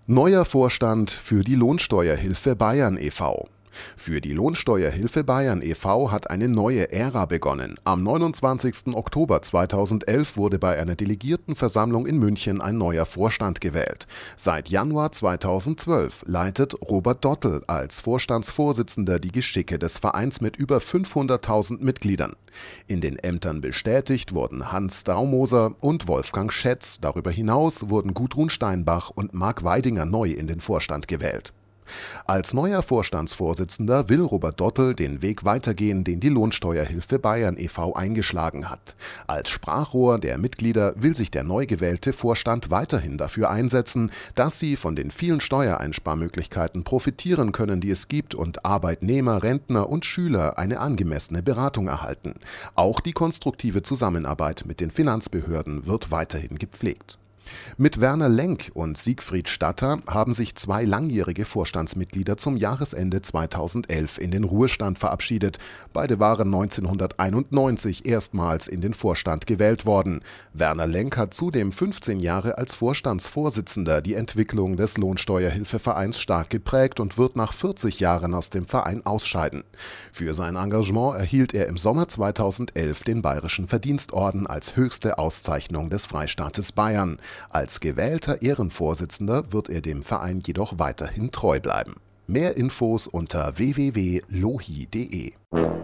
Neuer Vorstand für die Lohnsteuerhilfe Bayern e.V. Für die Lohnsteuerhilfe Bayern e.V. hat eine neue Ära begonnen. Am 29. Oktober 2011 wurde bei einer Delegiertenversammlung in München ein neuer Vorstand gewählt. Seit Januar 2012 leitet Robert Dottl als Vorstandsvorsitzender die Geschicke des Vereins mit über 500.000 Mitgliedern. In den Ämtern bestätigt wurden Hans Daumoser und Wolfgang Schätz. Darüber hinaus wurden Gudrun Steinbach und Marc Weidinger neu in den Vorstand gewählt. Als neuer Vorstandsvorsitzender will Robert Dottl den Weg weitergehen, den die Lohnsteuerhilfe Bayern e.V. eingeschlagen hat. Als Sprachrohr der Mitglieder will sich der neu gewählte Vorstand weiterhin dafür einsetzen, dass sie von den vielen Steuereinsparmöglichkeiten profitieren können, die es gibt, und Arbeitnehmer, Rentner und Schüler eine angemessene Beratung erhalten. Auch die konstruktive Zusammenarbeit mit den Finanzbehörden wird weiterhin gepflegt. Mit Werner Lenk und Siegfried Statter haben sich zwei langjährige Vorstandsmitglieder zum Jahresende 2011 in den Ruhestand verabschiedet. Beide waren 1991 erstmals in den Vorstand gewählt worden. Werner Lenk hat zudem 15 Jahre als Vorstandsvorsitzender die Entwicklung des Lohnsteuerhilfevereins stark geprägt und wird nach 40 Jahren aus dem Verein ausscheiden. Für sein Engagement erhielt er im Sommer 2011 den Bayerischen Verdienstorden als höchste Auszeichnung des Freistaates Bayern. Als gewählter Ehrenvorsitzender wird er dem Verein jedoch weiterhin treu bleiben. Mehr Infos unter www.lohi.de.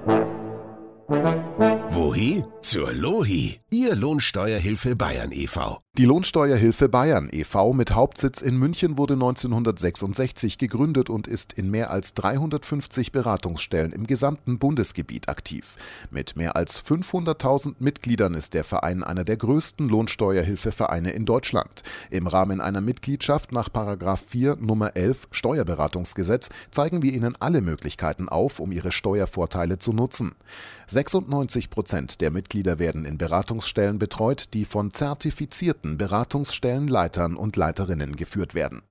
Wohi? Zur Lohi, Ihr Lohnsteuerhilfe Bayern e.V. Die Lohnsteuerhilfe Bayern e.V. mit Hauptsitz in München wurde 1966 gegründet und ist in mehr als 350 Beratungsstellen im gesamten Bundesgebiet aktiv. Mit mehr als 500.000 Mitgliedern ist der Verein einer der größten Lohnsteuerhilfevereine in Deutschland. Im Rahmen einer Mitgliedschaft nach § 4 Nummer 11 Steuerberatungsgesetz zeigen wir Ihnen alle Möglichkeiten auf, um Ihre Steuervorteile zu nutzen. 96% der Mitglieder werden in Beratungsstellen betreut, die von zertifizierten Beratungsstellenleitern und Leiterinnen geführt werden.